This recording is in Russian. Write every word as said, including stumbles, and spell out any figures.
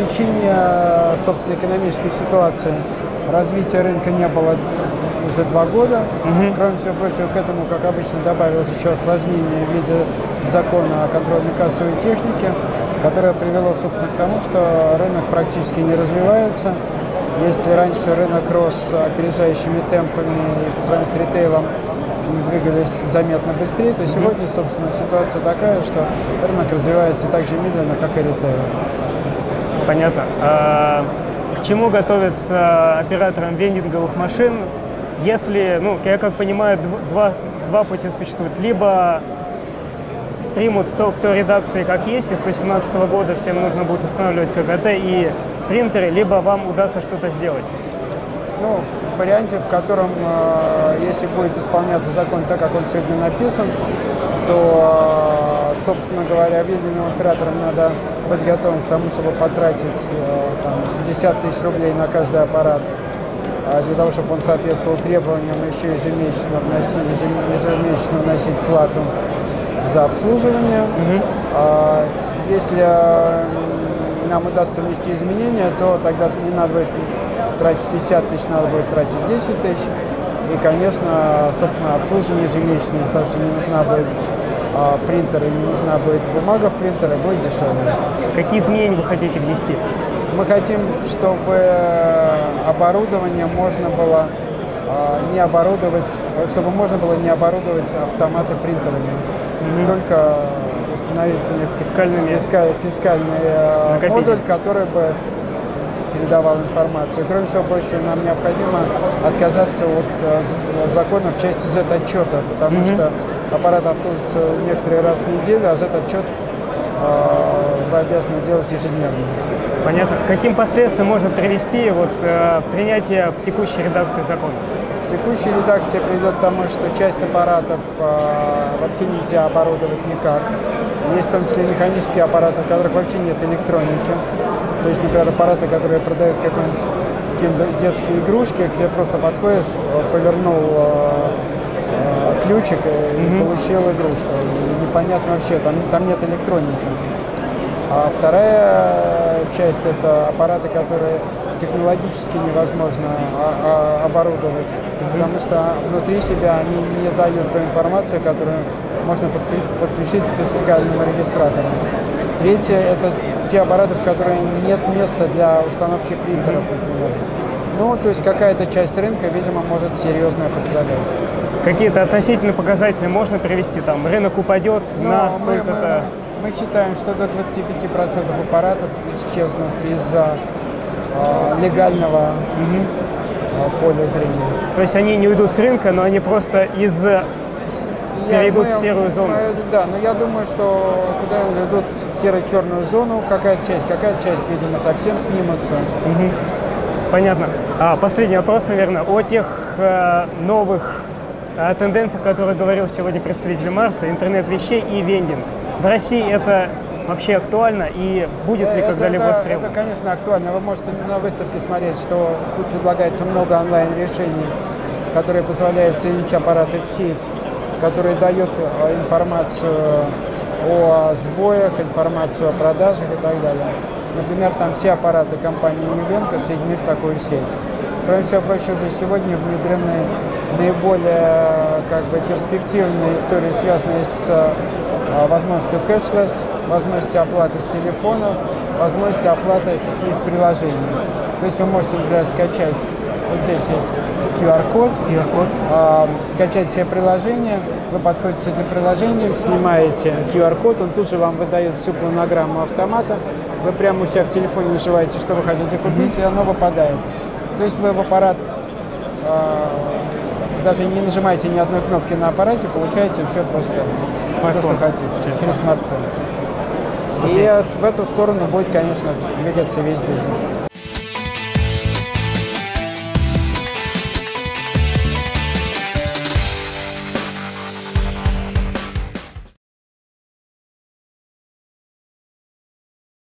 причине, собственно, экономической ситуации развития рынка не было уже два года. Угу. Кроме всего прочего, к этому, как обычно, добавилось еще осложнение в виде закона о контрольно-кассовой технике, которое привело, собственно, к тому, что рынок практически не развивается. Если раньше рынок рос опережающими темпами и по сравнению с ритейлом двигались заметно быстрее, то сегодня, собственно, ситуация такая, что рынок развивается так же медленно, как и ритейл. Понятно. А к чему готовятся операторам вендинговых машин, если, ну, я как понимаю, два, два пути существуют. Либо примут в, то, в той редакции, как есть, и с две тысячи восемнадцатого года всем нужно будет устанавливать КГТ и принтеры, либо вам удастся что-то сделать. Ну, в варианте, в котором, если будет исполняться закон так, как он сегодня написан, то, собственно говоря, вендинговым операторам надо быть готовым к тому, чтобы потратить там, пятьдесят тысяч рублей на каждый аппарат, для того, чтобы он соответствовал требованиям, еще ежемесячно вносить, ежемесячно вносить плату за обслуживание. Mm-hmm. Если нам удастся внести изменения, то тогда не надо будет тратить пятьдесят тысяч, надо будет тратить десять тысяч. И, конечно, собственно, обслуживание ежемесячное, из-за того, что не нужна будет а, принтер и не нужна будет бумага в принтере, будет дешевле. Какие изменения вы хотите внести? Мы хотим, чтобы оборудование можно было а, не оборудовать, чтобы можно было не оборудовать автоматы принтерами, mm-hmm. только установить в них фискальный, фискаль, фискальный модуль, который бы передавал информацию. Кроме всего прочего, нам необходимо отказаться от закона в части зет-отчета, потому mm-hmm. что аппарат обслуживается некоторые раз в неделю, а зет-отчет э, вы обязаны делать ежедневно. Понятно. Каким последствиям может привести вот, э, принятие в текущей редакции закона? В текущей редакции приведет к тому, что часть аппаратов э, вообще нельзя оборудовать никак. Есть в том числе механические аппараты, в которых вообще нет электроники. То есть, например, аппараты, которые продают какие-нибудь детские игрушки, где просто подходишь, повернул э, ключик и mm-hmm. получил игрушку. И непонятно вообще, там, там нет электроники. А вторая часть – это аппараты, которые технологически невозможно а, а, оборудовать, mm-hmm. потому что внутри себя они не дают той информации, которую можно подключить к фискальному регистратору. Третье – это те аппараты, в которые нет места для установки принтеров, например. Ну, то есть какая-то часть рынка, видимо, может серьезно пострадать. Какие-то относительные показатели можно привести? Там рынок упадет Но на мы, столько-то… Мы, мы считаем, что до двадцати пяти процентов аппаратов исчезнут из-за э, легального угу. э, поля зрения. То есть они не уйдут с рынка, но они просто из-за… перейдут мы, в серую зону. Мы, да, но я думаю, что куда идут в серо-черную зону, какая-то часть, какая-то часть, видимо, совсем снимутся. Угу. Понятно. А, последний вопрос, наверное, о тех э, новых э, тенденциях, о которых говорил сегодня представитель Марса, интернет вещей и вендинг. В России это вообще актуально и будет ли когда-либо востребовано? Это, конечно, актуально. Вы можете на выставке смотреть, что тут предлагается много онлайн-решений, которые позволяют соединить аппараты в сеть, который дает информацию о сбоях, информацию о продажах и так далее. Например, там все аппараты компании Ювенко соединены в такую сеть. Кроме всего прочего, уже сегодня внедрены наиболее как бы, перспективные истории, связанные с возможностью кэшлесс, возможностью оплаты с телефонов, возможностью оплаты с, из приложений. То есть вы можете, например, скачать, вот здесь есть ку ар код, ку ар код. А, скачать себе приложение, вы подходите с этим приложением, снимаете ку ар код, он тут же вам выдает всю планограмму автомата, вы прямо у себя в телефоне нажимаете, что вы хотите купить, mm-hmm. и оно выпадает. То есть вы в аппарат, а, даже не нажимаете ни одной кнопки на аппарате, получаете все просто, то, что хотите, через, через смартфон. Okay. И в эту сторону будет, конечно, двигаться весь бизнес.